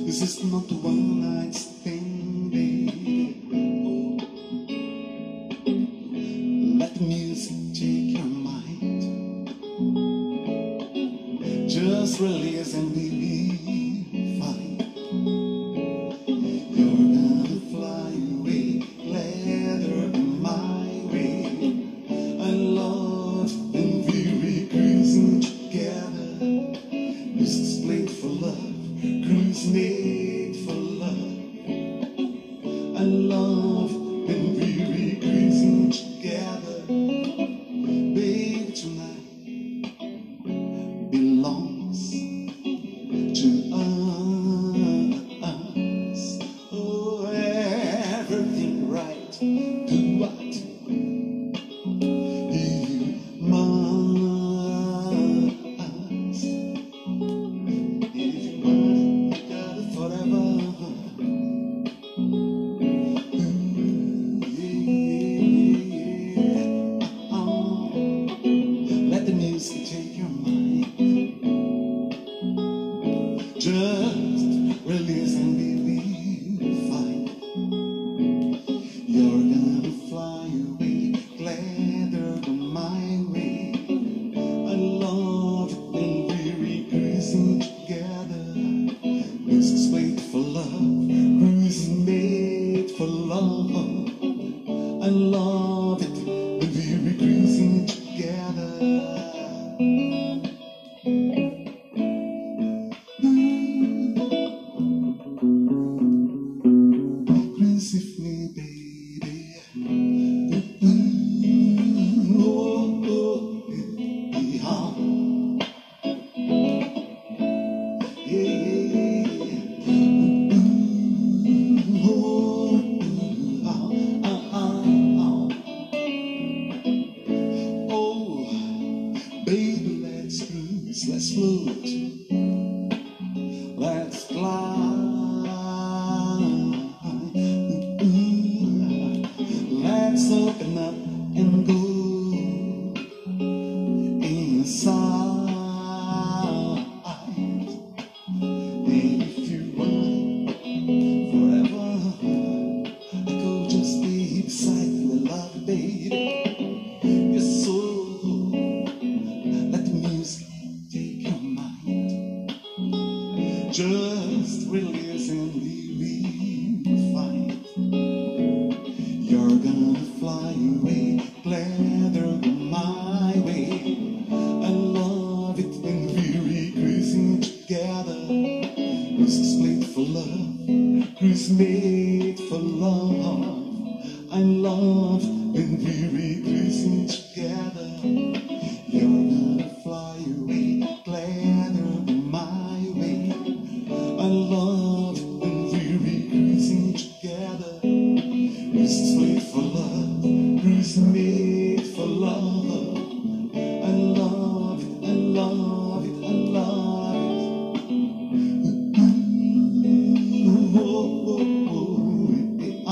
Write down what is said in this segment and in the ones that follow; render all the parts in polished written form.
This is not a one-night thing, baby. Let the music take your mind. Just release and be fine. You're gonna fly away, ladder in my way. I love when we're cruising together. Music's played for love, cruise made for love. I love when we're cruising together. Baby, tonight belongs to us. Oh, everything right. Do what you must. If you want it, got it forever. Let the music take your mind. Just release and be fine. You're gonna fly away, glider on my way. I love it when we're cruising together. Music's made for love, cruising made for love. I love it when we're cruising together. Cruise with me, baby. Oh, oh, yeah. Oh, baby, let's cruise, let's float, let's fly. Let's open up and go inside. If you want forever, I could just be beside you, I love you, baby. Your soul, let the music take your mind. Just release and be fine. You're gonna fly away, glider my way. I love it when we're cruising together. Music's played for love, cruise made for love. I love when we're cruising together. You're gonna fly away, glider my way. I love when we're cruising together. Music's made for love, cruise made for love. I love it, I love it, I love it. Oh, oh, oh, yeah.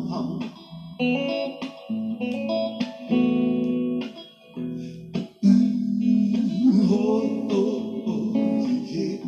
Oh, oh, oh, yeah.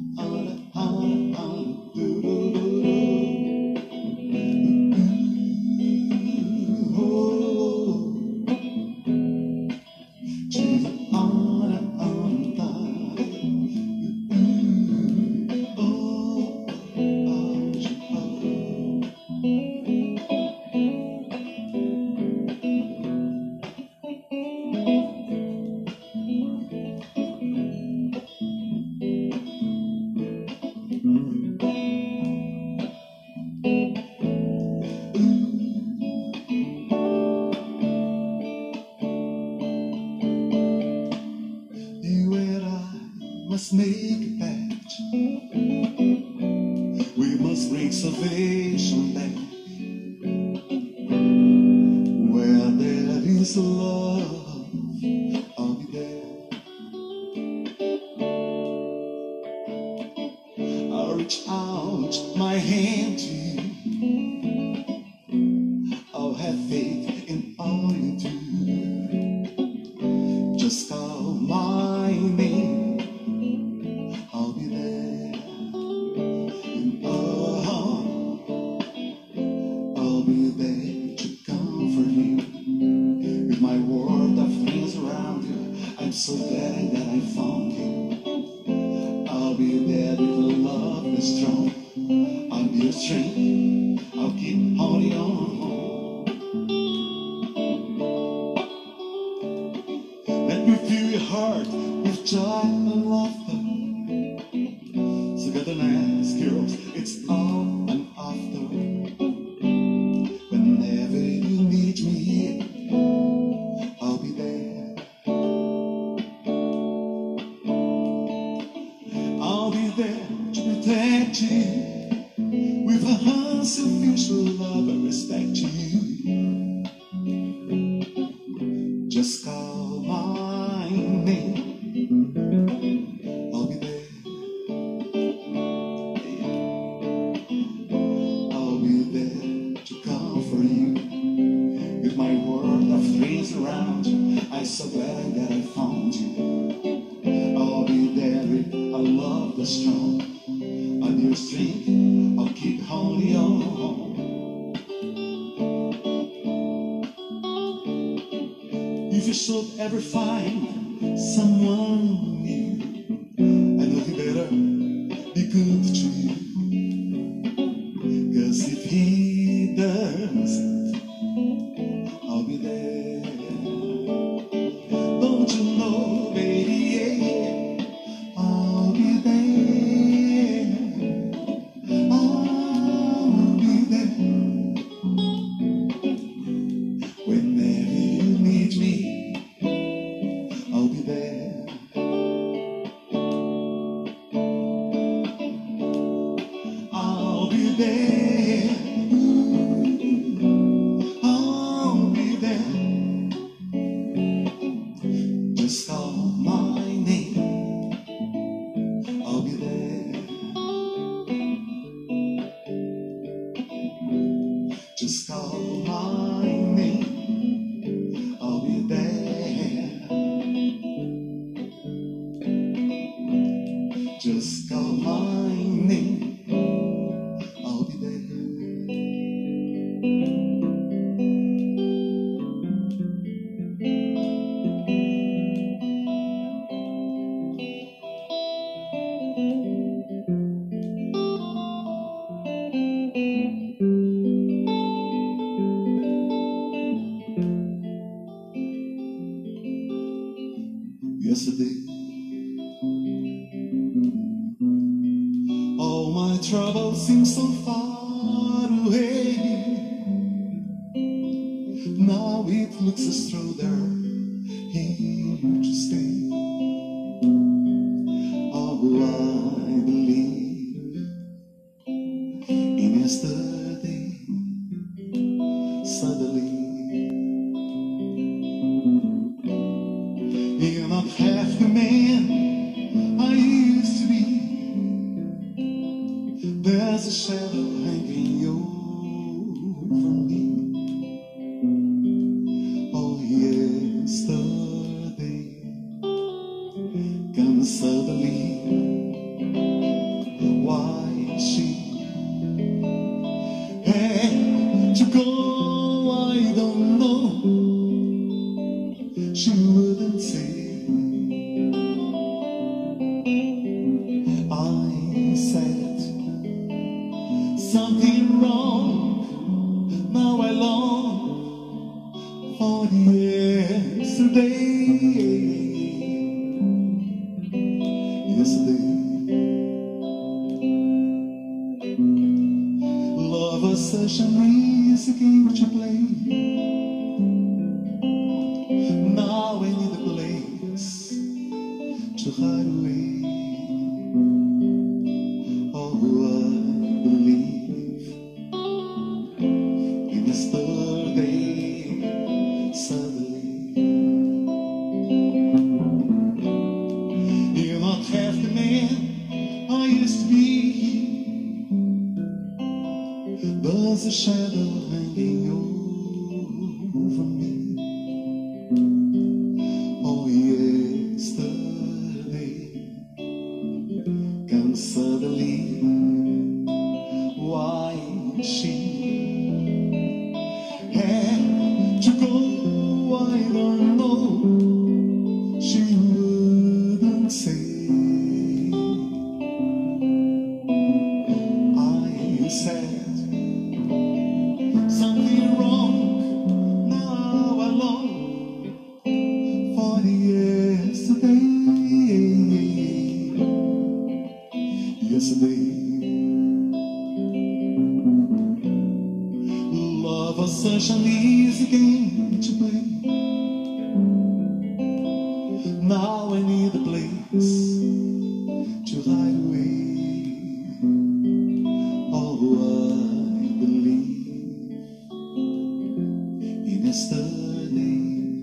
You and I must make a pact. We must bring salvation back. Where there is love, I'll be there. I'll reach out my hand to you. I'll have faith in all you do. Just call my name, I'll be there. strong. I'll be your strength. I'll keep holding on. Let me fill your heart with joy and laughter. So got an ass, girls, it's on and after. Whenever you need me, I'll be there. I'll be there to protect you with a unselfish love and respect you. Just call my name, I'll be there. I'll be there to comfort you with my world of dreams around you. I'm so glad that I found you. I'll be there with a love that's strong. I'll be your strength. I'll keep holding on. If you should ever find someone new, I know he better be good to you. 'Cause if he doesn't, I'll be there. Don't you know, baby, yeah, I'll be there. I'll be there. Whenever you need me, I'll be there. I'll be there. I'll be there. Just call my name. I'll be there. Just call my name. I'll be there. Just call my name. I'll be there. Yesterday, all my troubles seem so far away. Now it looks as though they're here to stay. Oh, I believe in yesterday. Suddenly, you're not half the man I used to be. There's a shadow hanging over me. Oh, yesterday comes suddenly. Why she had to go, I don't know. She wouldn't say. I said something wrong. Now I long for yesterday. Yesterday, love was such an easy game to play. Now I need a place to hide away. Oh, I believe in yesterday. Suddenly, you're not half the man I used to be. There's a shadow hanging over me. Oh, yesterday comes suddenly. Why she had to go, I don't know. She wouldn't say. yesterday. Love was such an easy game to play. Now I need a place to hide away. Oh, I believe in yesterday.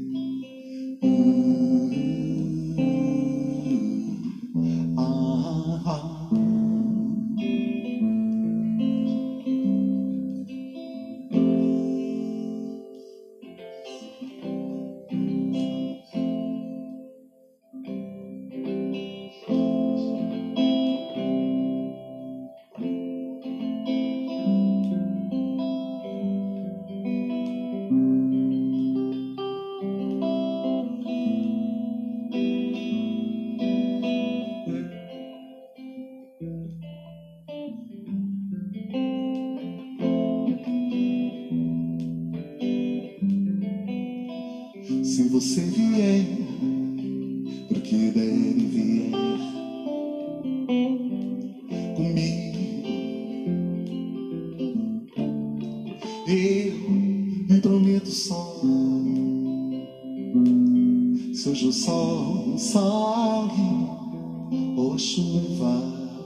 Se você vier, porque deve vier comigo, eu me prometo só. Seja o sol, sangue ou chuva,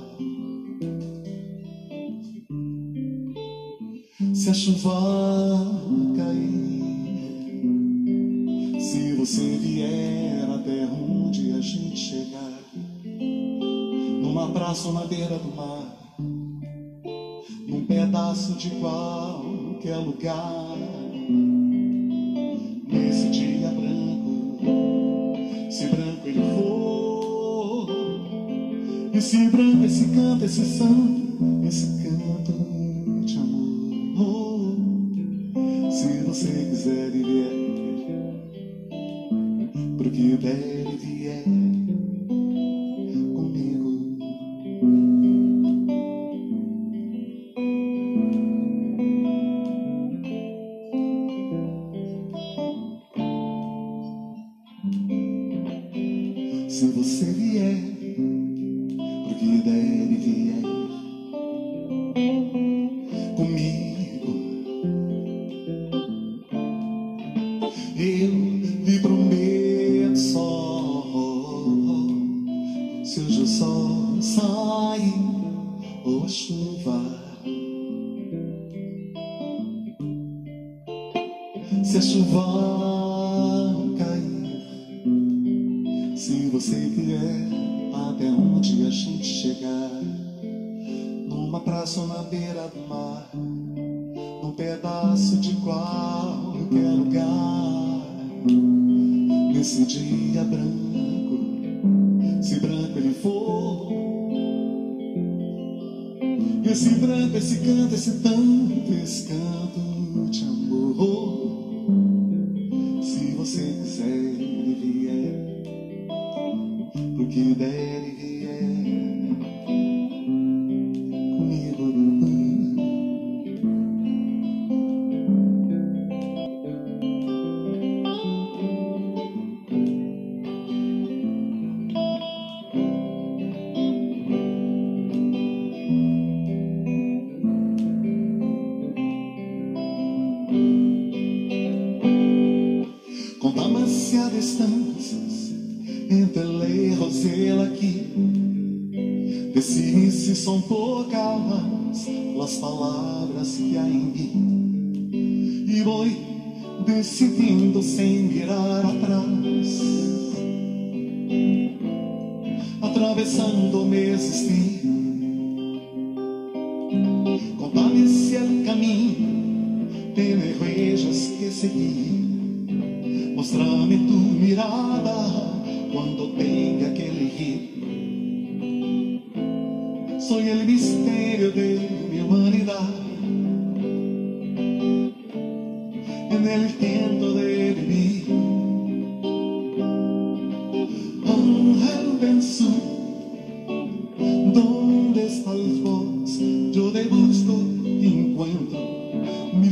se a chuva cair, se você vier até onde a gente chegar, numa praça ou na beira do mar, num pedaço de qualquer lugar, nesse dia branco, se branco ele for, e se branco esse canto, esse santo, esse canto de amor, se você quiser viver, porque deve vier comigo. Se você vier, porque deve vier comigo, eu lhe prometo só. Seja o sol sair ou a chuva, se a chuva cair, se você vier até onde a gente chegar, numa praça ou na beira do mar, num pedaço de qualquer lugar, nesse dia branco, se branco ele for, esse branco, esse canto, esse tanto, esse canto de amor, se você quiser ele vier, porque deve vier comigo. Contamos-se a distâncias entre lejos e el aqui, decir si son pocas las palabras que hay en mí, y voy decidiendo sin mirar atrás, atravesando mi existir. Contame si el camino tiene huellas que seguir, mostrame tu mirada cuando tenga que elegir. Soy el misterio de mi humanidad, en el intento de vivir. Ángel penso, ¿dónde estás vos? Yo te busco y encuentro mi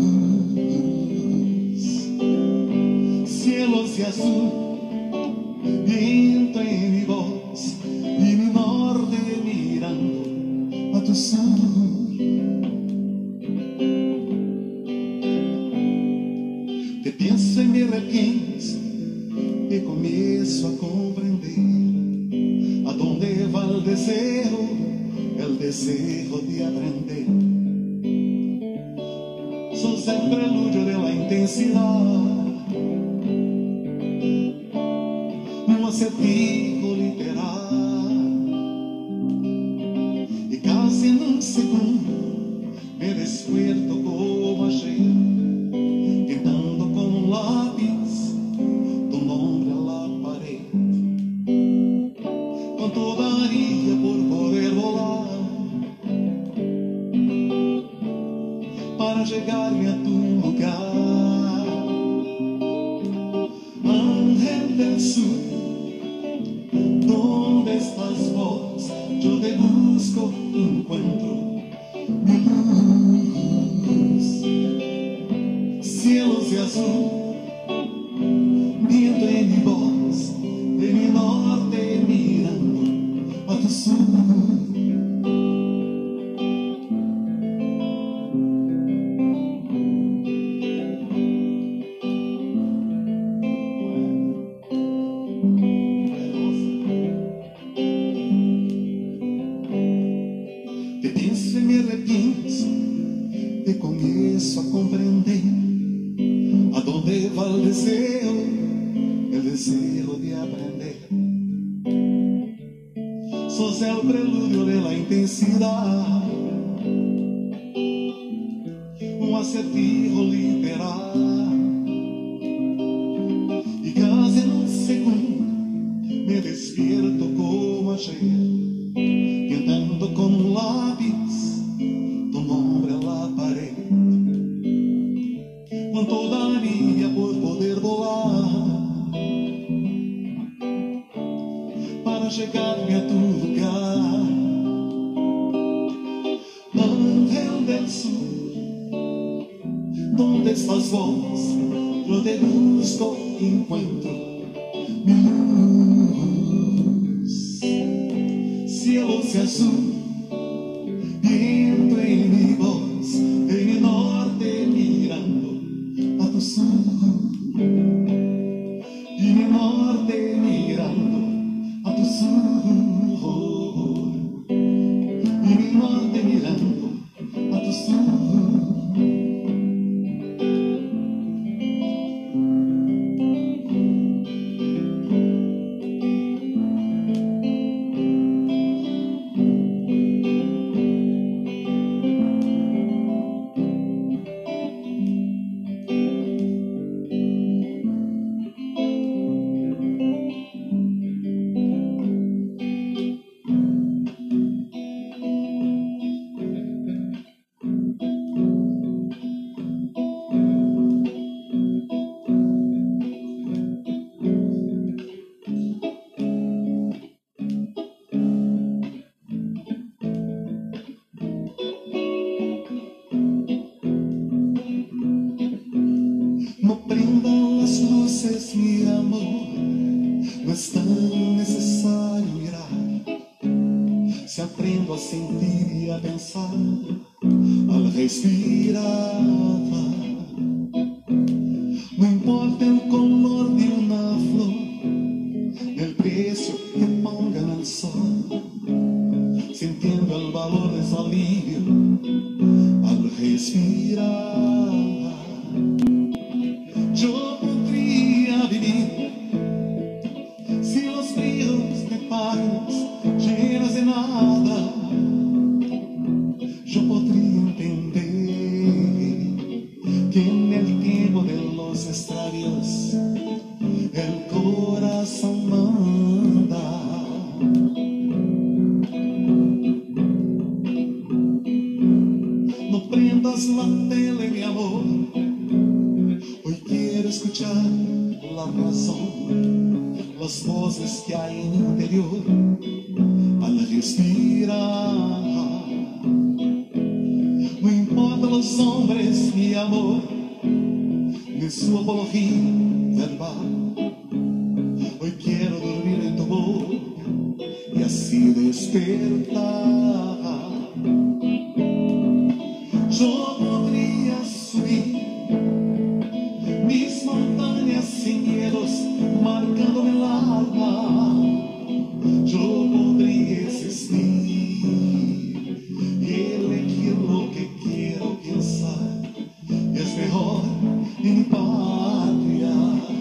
luz. Cielos de azul, viento en mi voz y mi norte mirando a tu sangue. Te pienso y me repienso y comienzo a comprender a dónde va el deseo de aprender. Sos el preludio de la intensidad, un acertijo literal, y casi en un segundo me despierto como ayer, pintando con un lápiz tu nombre a la pared. Cuánto daría por poder volar para llegarme a tu lugar. Ángel del sur, ¿dónde estás vos? Yo te busco, encuentro mi luz. Cielos de azul, viento en mi voz, de mi norte mirando a tu sur. Te pienso y me repienso, te comienzo a comprender a dónde va el deseo de aprender. Sos el preludio de la intensidad, un acertijo literal, y casi en un segundo me despierto como ayer, pintando con un lápiz tu nombre a la pared. Cuánto daría por poder volar para llegarme a tu lugar. Ángel del sur, ¿dónde estás vos? Yo te busco, encuentro mi luz. Cielos de azul, viento en mi voz, en mi norte mirando a tu sur, y mi norte mirando a tu sur, y mi norte mirando a tu sur. No prendan las luces, mi amor, no es tan necesario mirar. Si aprendo a sentir y a pensar al respirar, no importa el color de una flor, el precio que pongan al sol, sintiendo el valor de su alivio al respirar. Yo podría vivir si los ríos de pájaros llenos de nada. Yo podría entender que en el tiempo de los extravíos el corazón manda. No prendas la tele, mi amor, hoy quiero escuchar la razón, las voces que hay en mi interior al respirar. No importa los hombres, mi amor, ni su apología verbal. Hoy quiero dormir en tu boca y así despertar. Yo podría subir mis montañas sin miedos, marcándome el alma. Yo podría existir y elegir lo que quiero pensar. Es mejor en mi patria.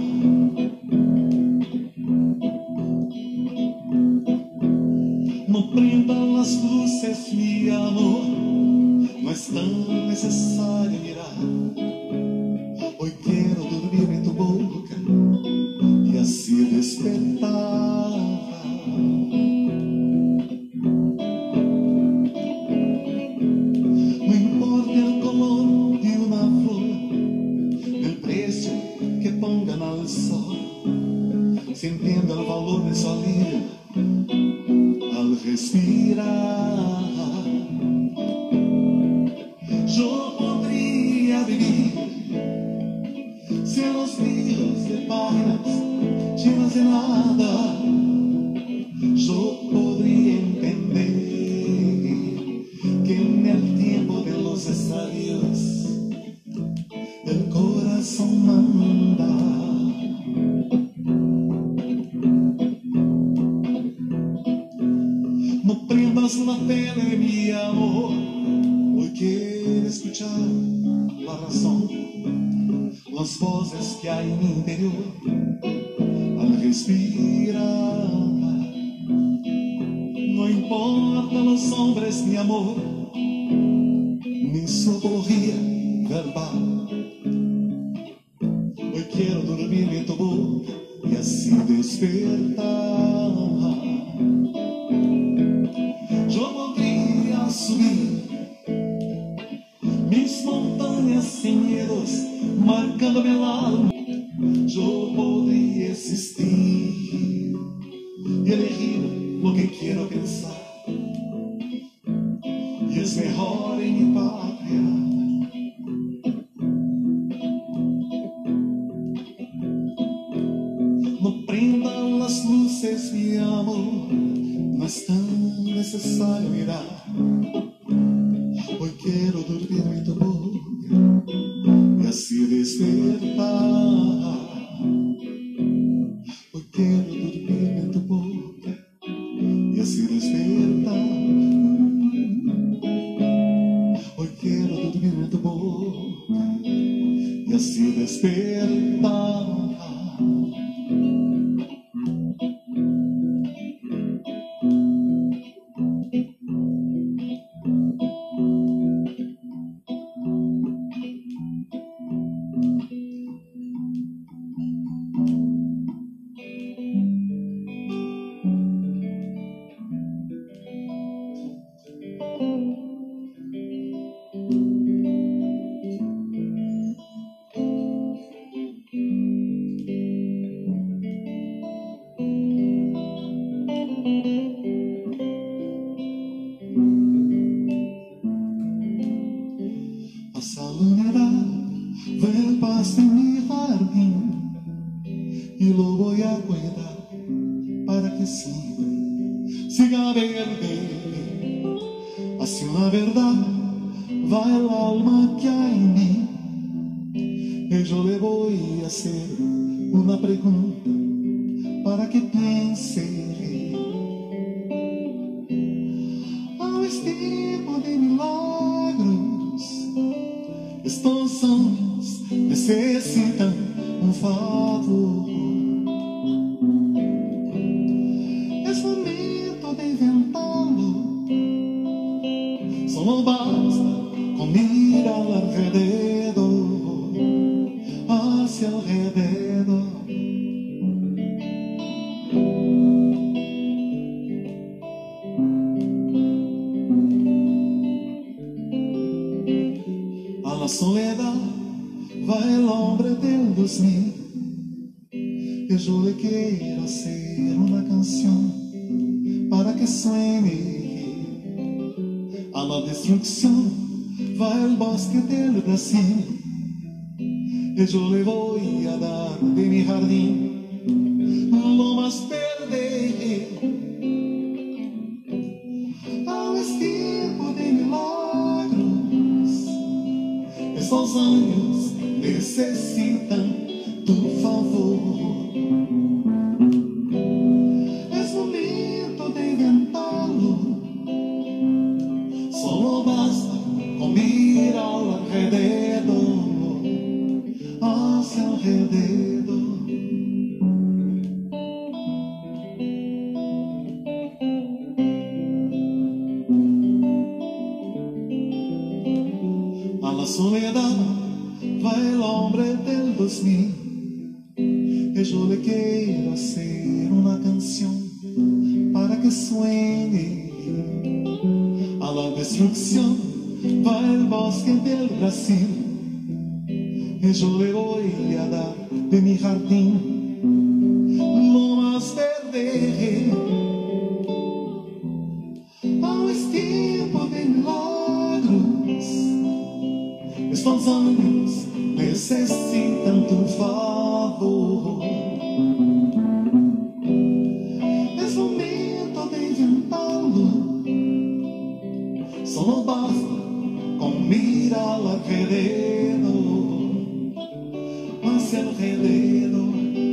No prendan las luces, mi amor, no es tan necesario mirar. Hoy quiero dormir en tu boca y así despertar. No importa el color de una flor, el precio que pongan al sol, se entiende el valor de salir al respirar. Yo podría vivir cielos fríos de páginas llenas de nada. Yo podría entender que en el tiempo de los estadios el corazón manda. No prendas la tele, mi amor, hoy quiero escuchar la razón, las voces que hay en mi interior al respirar. No importa los hombres, mi amor, ni su apología verbal. Hoy quiero dormir en tu boca y así despertar. Yo podría subir mis montañas sin miedos, marcándome el alma. Yo podría existir y elegir lo que quiero pensar. Y es mejor en mi patria. No prendan las luces, mi amor, no es tan necesario mirar. Hoy quiero dormir en tu boca y así despertar. Hoy quiero dormir en tu boca y así despertar. Hoy quiero dormir en tu boca y así despertar. Pasa la humedad, ve el pasto en mi jardín y lo voy a cuidar para que siga verde. Hacia la verdad va el alma que hay en mí y yo le voy a hacer una pregunta para que piense. Ahora es tiempo de milagros. Estos hombres necesitan un favor. Es momento de inventarlo. Solo basta con mirar alrededor, hacia alrededor. A la soledad va el hombre del 2000 y yo le quiero hacer una canción para que suene. A la destrucción va el bosque del Brasil y yo le voy a dar de mi jardín lo más verde. Ahora es tiempo de milagros. Esses anos necessitam do favor. É momento de inventá-lo. Solo basta com mirar ao redor, ao seu redor. A la soledad va el hombre del 2000 y yo le quiero hacer una canción para que sueñe. A la destrucción va el bosque del Brasil y yo le voy a dar de mi jardín lo más verde. Ao tiempo de milagros, estos años necesitan tu favor. Es momento de inventarlo. Solo basta con mirar alrededor, hacia alrededor.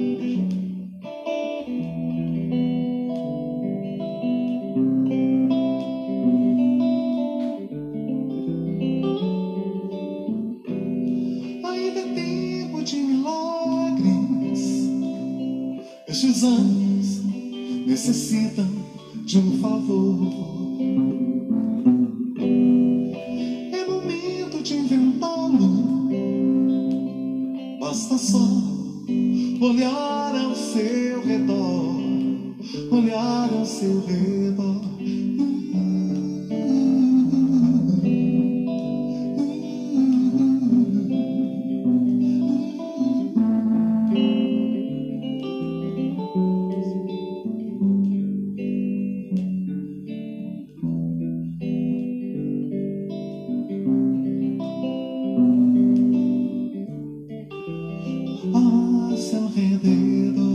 Ainda é tempo de milagres. Estes anos necessitam de um favor. Basta só olhar ao seu redor, olhar ao seu redor. A seu redor.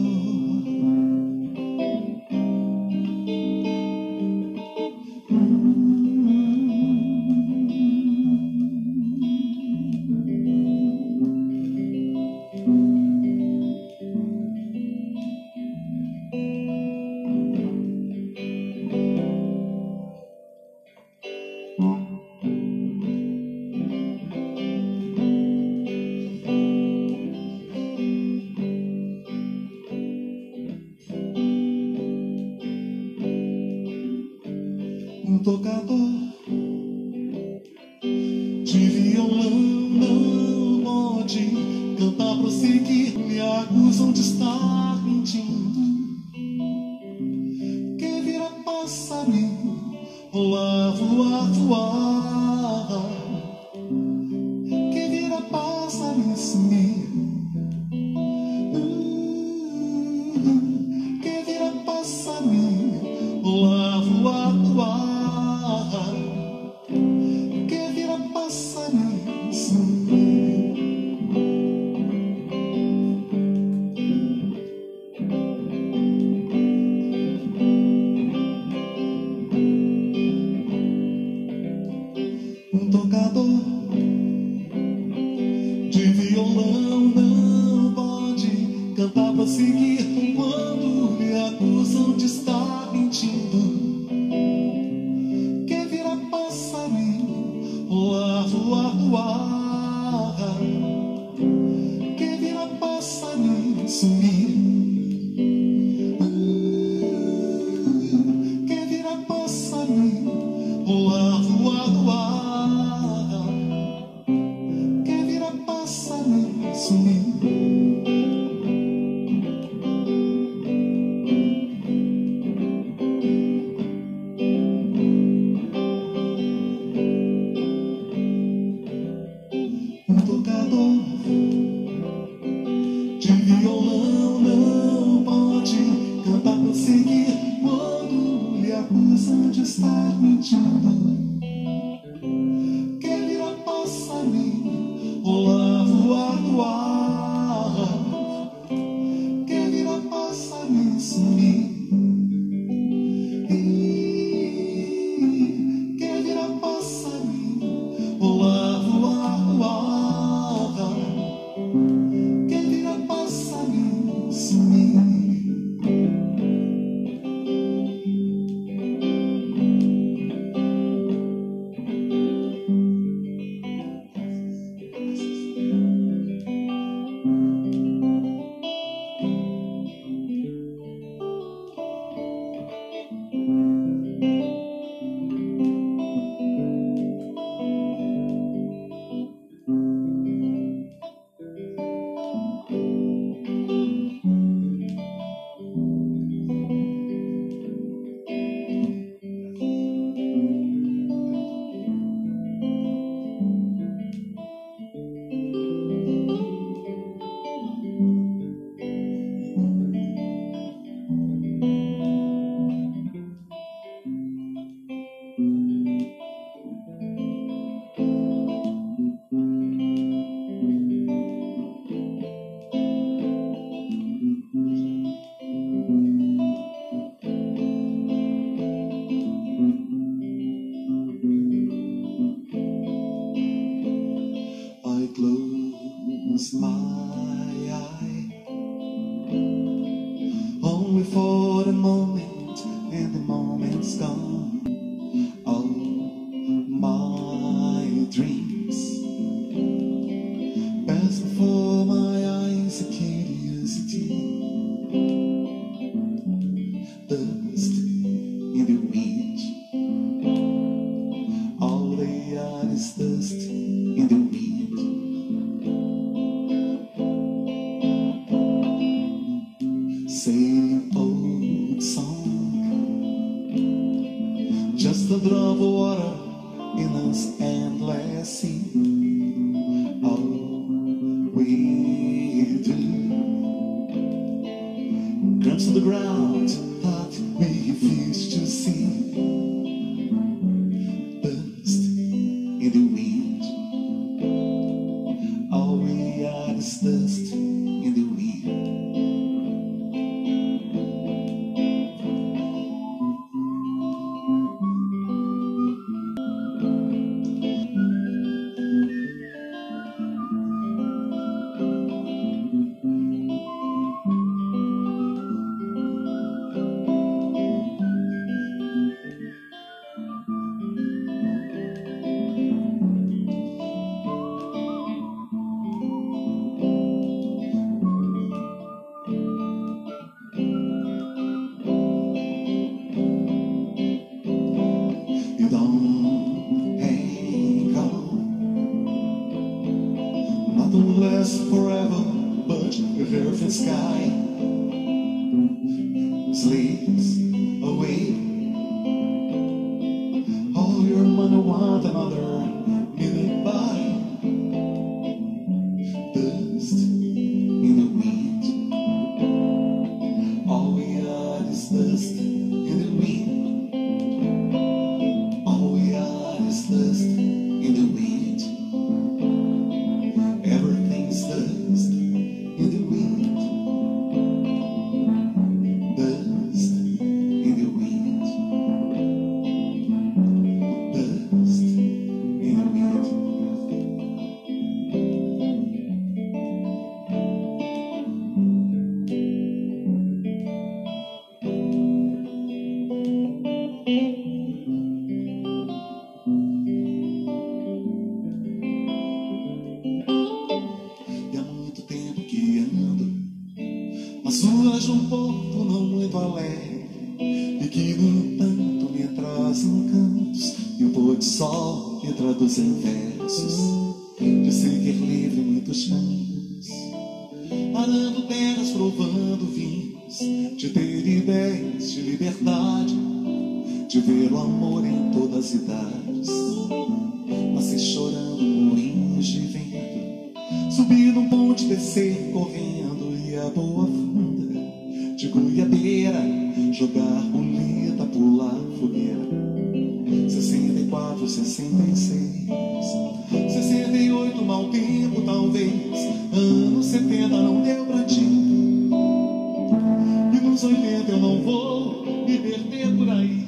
Um tocador de violão não pode cantar, prosseguir. Me acusam de estar mentindo. Quem vira passarinho, voar, voar, voar. Quem vira passarinho, sumir. Quem vira passarinho, voar, voar, voar. Que vira passarinho, sumir. Um tocador de violão não pode cantar, prosseguir quando me acusam de estar mentindo. Voar, voar, voar. Quem vira passarinho, sumir. Quem vira passarinho, voar, voar, voar. Quem vira passarinho, sumir. it's gone. All my dreams pass before my eyes, a curiosity, dust in the wind. All they are is dust in the wind. Same old song, just a drop of water in this endless sea. All we do, crumbs to the ground that we refuse to see. Dust in the wind. All we are is dust in the wind. You don't hang on, nothing lasts forever but the earth and sky. Sleeps away all your money, want another minute by. Dust in the wind. All we are is dust in the wind. Dust in the wind. Everything's dust in the wind. Dust in the wind. Dust in the wind. Nas ruas de um porto não muito alegre, e que no tanto me traz encantos, e o pôr do sol me traduz em versos de seguir livre muitos caminhos, arando terras, provando vinhos, de ter ideias de liberdade, de ver o amor em todas as idades. Nasci chorando moinhos de vento, subir num ponte, descer correndo, e a boa funda de goiabeira, jogar bolita, pular fogueira. 64, 66, 68, mau tempo talvez, anos 70 não deu pra ti, e nos 80 eu não vou me perder por aí.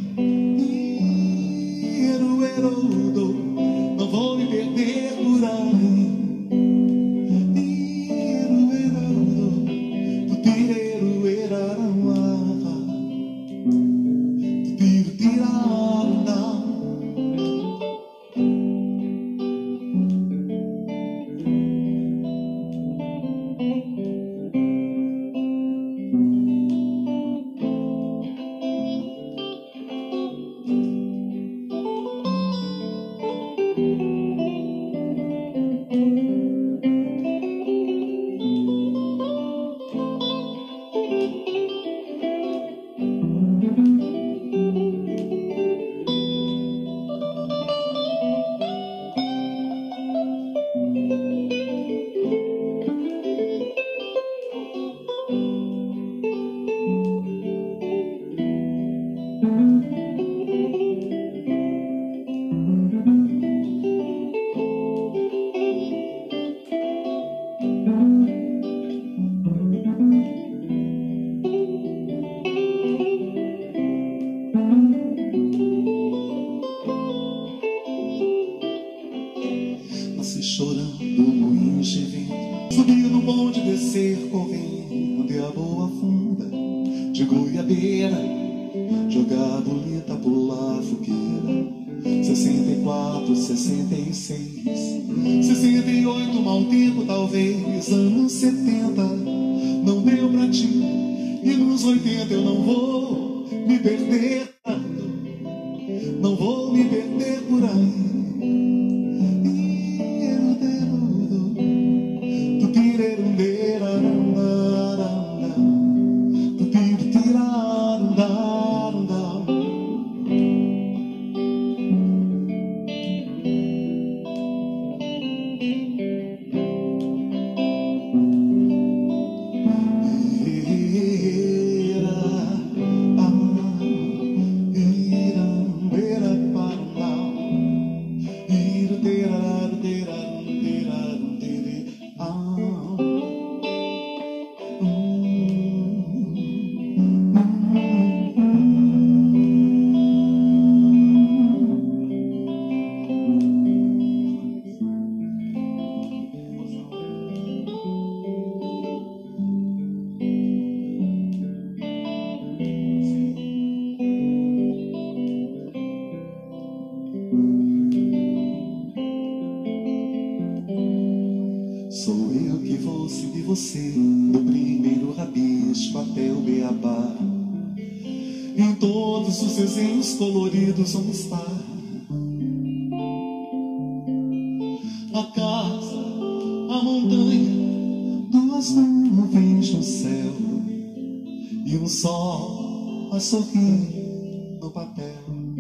Não vou me perder por aí. Subir no bonde, descer correndo, e a boa funda de goiabeira, jogar bolita, pular fogueira. 64, 66, 68, mau tempo talvez. Anos 70 não deu pra ti, e nos 80 eu não vou me perder tanto, não vou me perder por aí. Sou eu que vou seguir você, do primeiro rabisco até o beabá. Em todos os desenhos coloridos vão estar a casa, a montanha, duas nuvens no céu e um sol a sorrir no papel.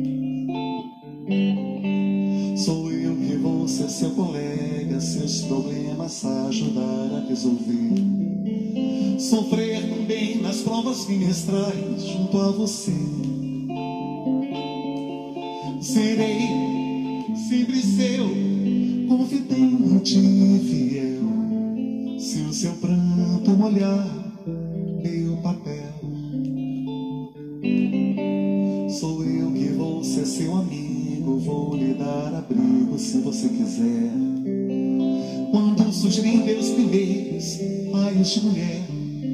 Sou eu que vou ser seu colega, seus problemas ajudar a resolver. Sofrer também nas provas bimestrais junto a você. Serei sempre seu, confidente e fiel, se o seu pranto molhar meu papel. Sou eu que vou ser seu amigo, vou lhe dar abrigo se você quiser. Quando surgirem teus primeiros raios de mulher,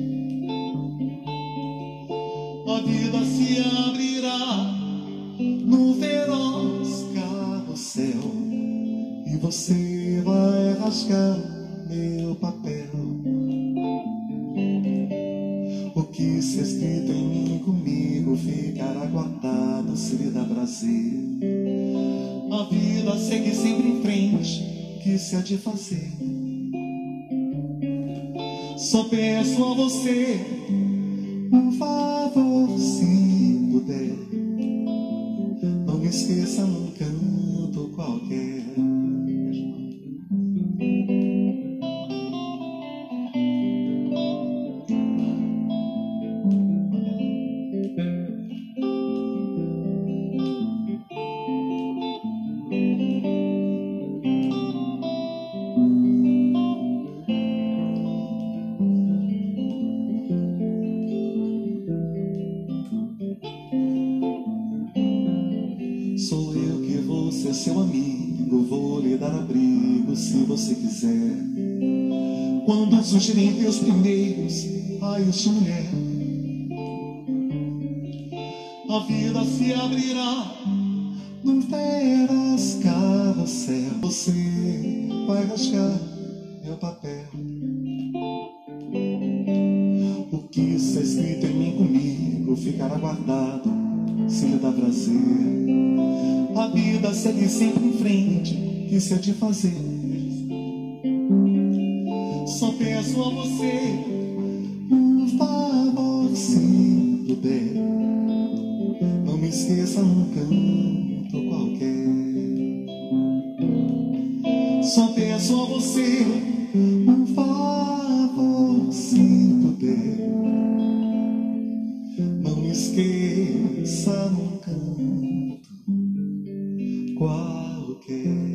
a vida se abrirá no feroz carrossel e você vai rasgar meu papel. O que se escrito em mim comigo ficará guardado se lhe dá prazer. A vida segue sempre em frente, que se há de fazer? Só peço a você um favor, se puder, não me esqueça num canto qualquer. Sou eu que vou ser seu amigo, vou lhe dar abrigo se você quiser. Quando surgirem teus primeiros raios de mulher, a vida se abrirá num feroz carrossel. Você vai rasgar meu papel. O que está escrito em mim comigo ficará guardado se lhe dá prazer. A vida segue sempre em frente, que se há de fazer? Só peço a você um favor, se puder, não me esqueça num canto qualquer. Só peço a você um favor, se puder, não me esqueça num canto qualquer.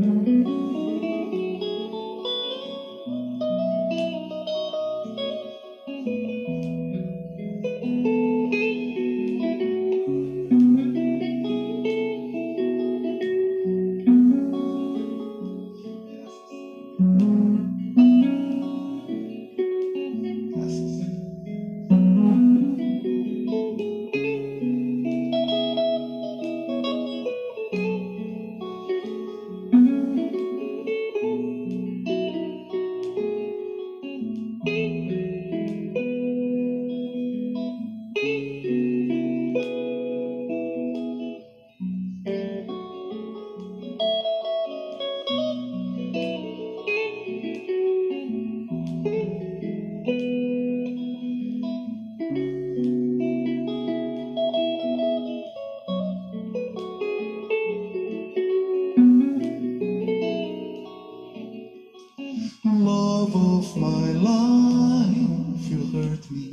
Love of my life, you hurt me.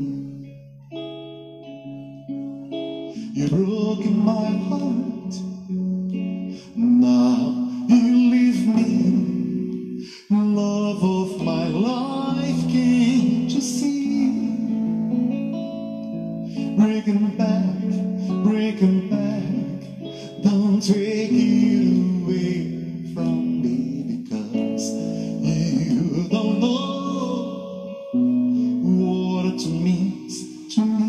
You broke my heart. Now you leave me. Love of my life, can't you see? Breaking back, don't take it away from me, because you don't know what it means to me.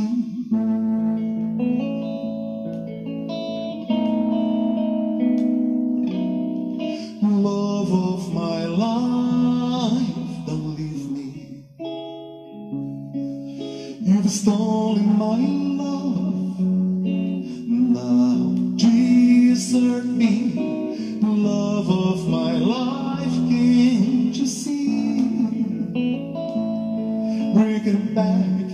Love of my life, don't leave me. You've stolen my love, now desert me. Love of my life, can't you see? Breaking back,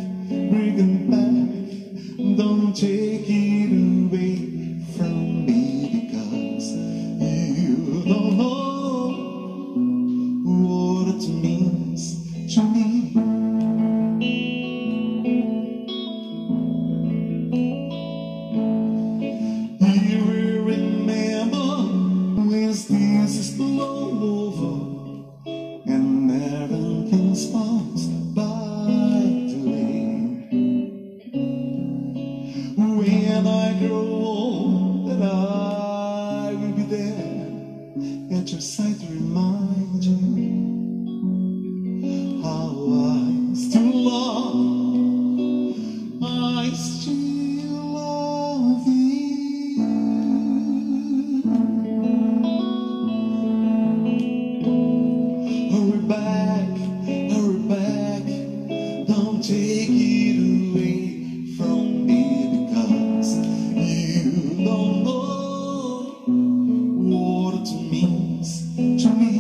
don't take it away from me, because you don't know what it means to me. You will remember when this is over and everything falls by today. When I grow old, that I will be there at your side to remind you how I still love you. Hurry back, don't take it away from me, because you don't know what it means to me.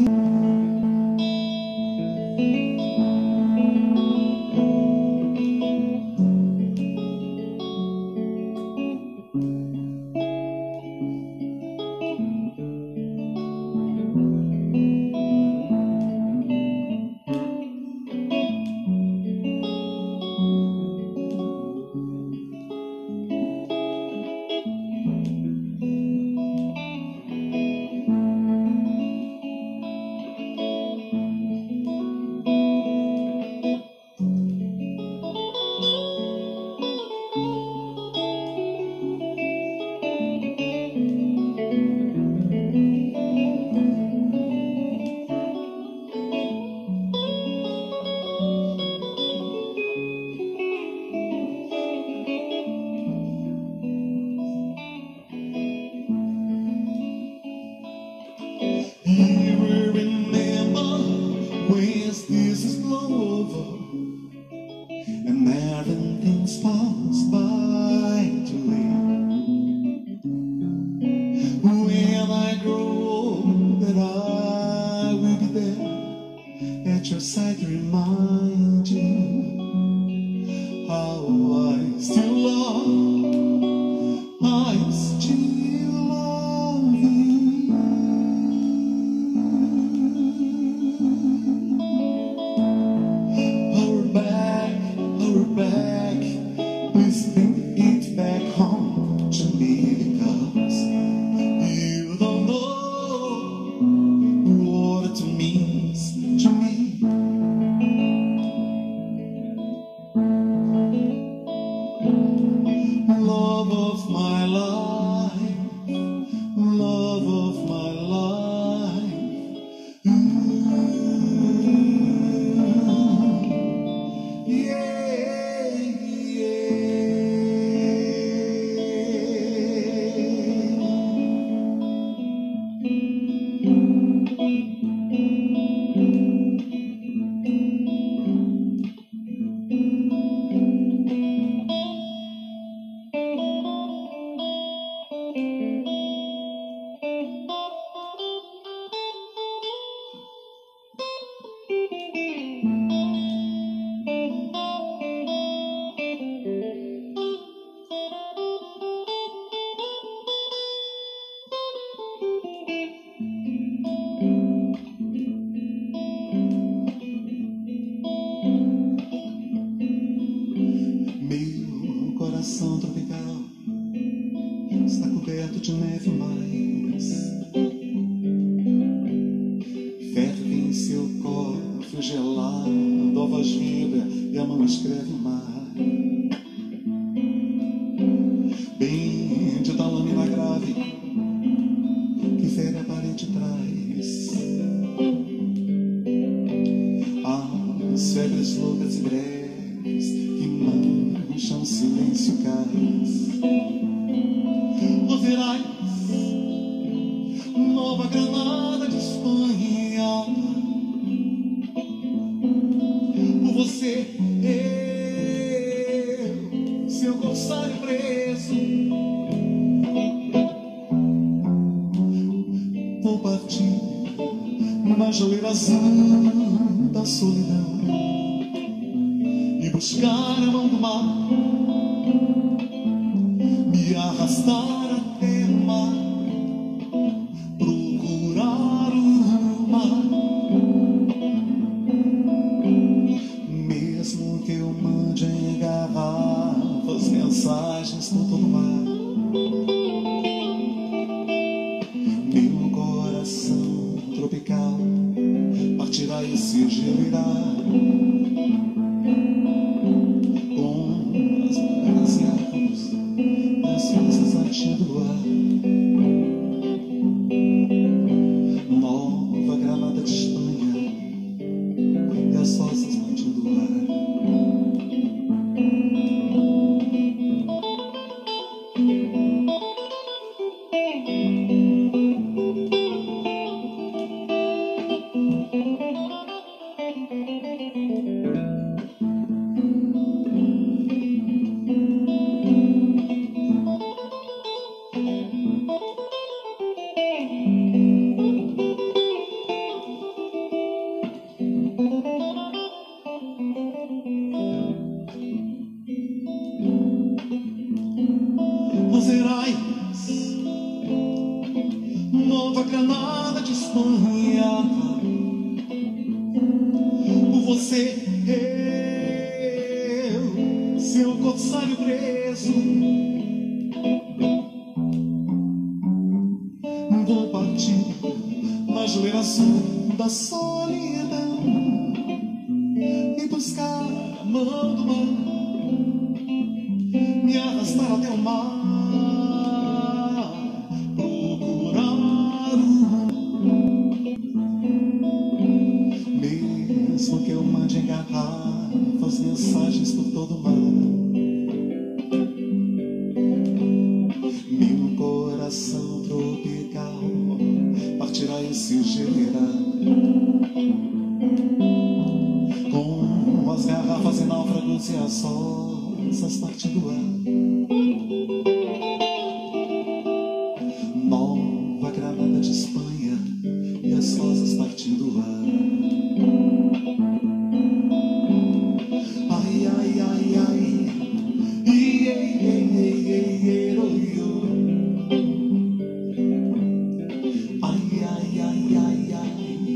You will remember when this is over and everything falls by today. When I grow old, that I will be there at your side to remind you how I still love you. seu cofre gelado, a voz vibra e a mão escreve o mar. Bendita a lâmina grave que fere a parede de trás. As febres loucas e breves que mancham silêncio cais. Ouvirás nova granada de Espanha. Por você, eu, seu corsário preso, vou partir na joelha azul da solidão e buscar a mão do mar, me arrastar até o mar, procurar o mar. Mesmo que eu mande em garrafas mensagens por todo o mar, meu coração tropical partirá e se gelirá com as mangas e árvores das rosas latindo do ar. Nova granada de Espanha e as rosas latindo do ar. Roserais, nova granada de Espanha. Por você, eu, seu corsário preso, vou partir na joelha azul da solidão e buscar a mão do mar, me arrastar até o mar, procurar o mar. Mesmo que eu mande em garrafas mensagens por todo o mar, meu coração tropical partirá e se gelirá com as garrafas e náufragos e as rosas partindo do ar. Nova granada de Espanha e as rosas partindo do ar. Ai, ai, ai, ai, ei, ei, ei, ei, ei, ei, ai, ai, ai, ai, ai,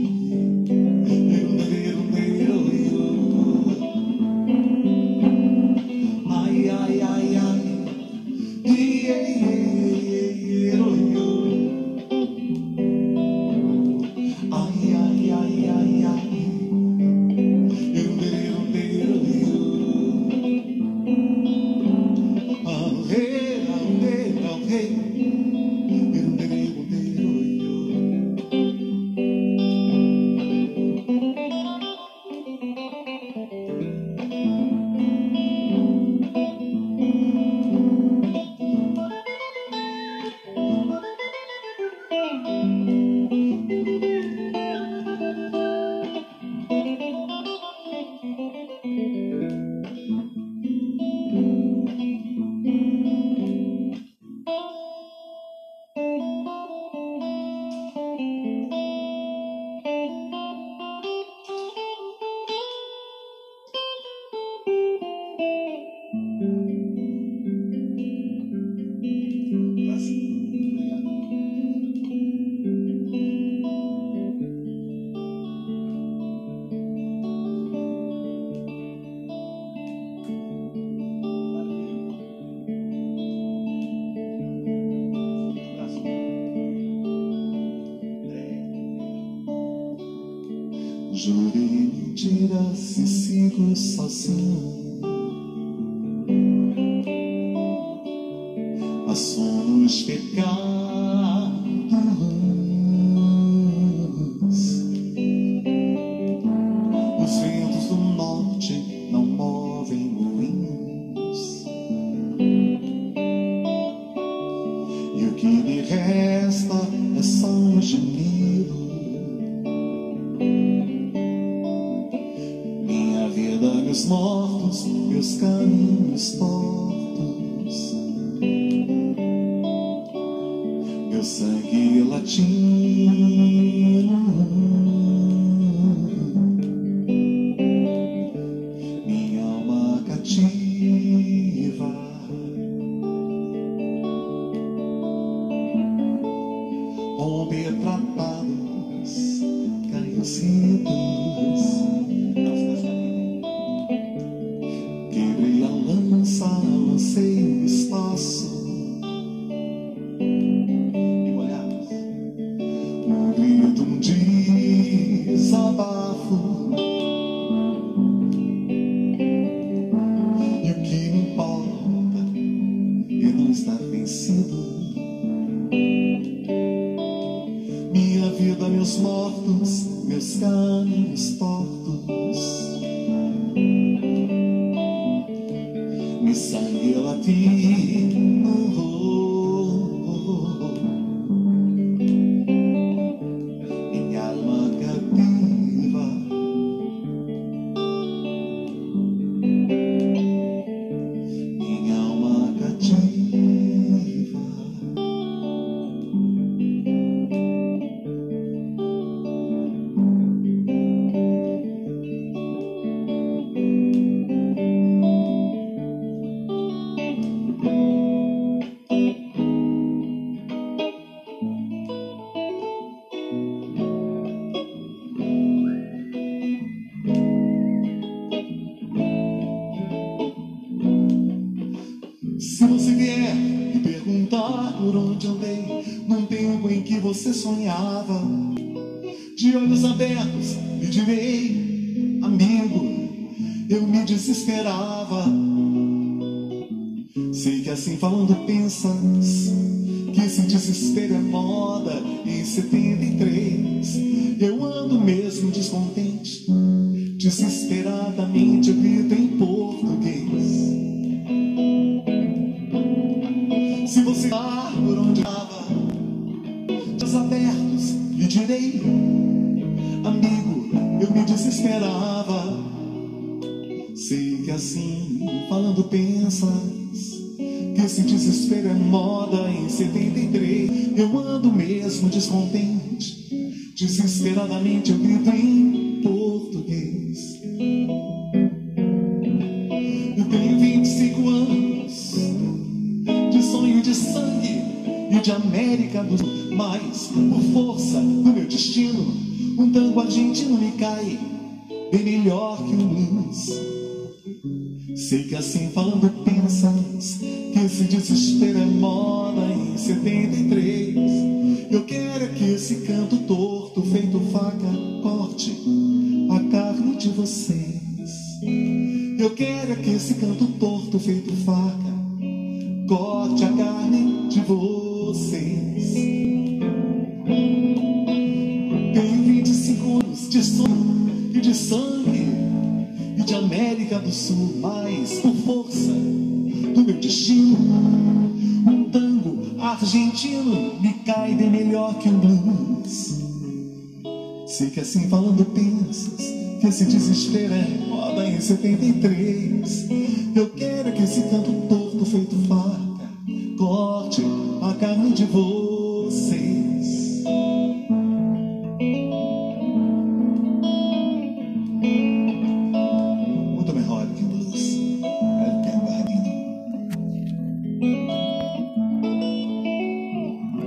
ai, ai, ai, ai, ei, ei, ei, ei, Jurei mentiras se sigo sozinho. Assumo os pecados. Os ventos do norte não movem moinhos. E o que me resta é só um gemido. Minha vida, meus mortos, meus caminhos tortos, meu sangue latino, minha alma cativa, romper tratados, caídos, quebrei a lança, lancei o espaço. Um grito, um desabafo. E o que me importa é não estar vencido. Minha vida, meus mortos, meus caminhos tortos, meu sangue latino, minha alma cativa, minha alma cativa. Se você vier me perguntar por onde andei num tempo em que você sonhava, de olhos abertos lhe direi, amigo, eu me desesperava. Sei que assim falando pensas que esse desespero é moda em 73. Eu ando mesmo descontente, desesperadamente eu grito em português. Se você vai por onde estava, olhos abertos, lhe direi, amigo, eu me desesperava. Sei que assim, falando pensas, que esse desespero é moda em 73. Eu ando mesmo descontente, desesperadamente eu grito em português. Eu tenho 25 anos de sonho de sangue e de América do Sul, mas por força do meu destino, um tango argentino me cai bem melhor que um blues. Sei que assim falando pensas que esse desespero é moda em 73. Eu quero é que esse canto torto feito faca corte a carne de vocês. Eu quero é que esse canto torto feito faca corte a carne de vocês. Tenho 25 anos de sonho e de sangue e de América do Sul, mas por força do meu destino, um tango argentino me cai bem melhor que um blues. Sei que assim falando pensas que esse desespero é moda em 73. Eu quero que esse canto torto feito faca corte a carne de vocês.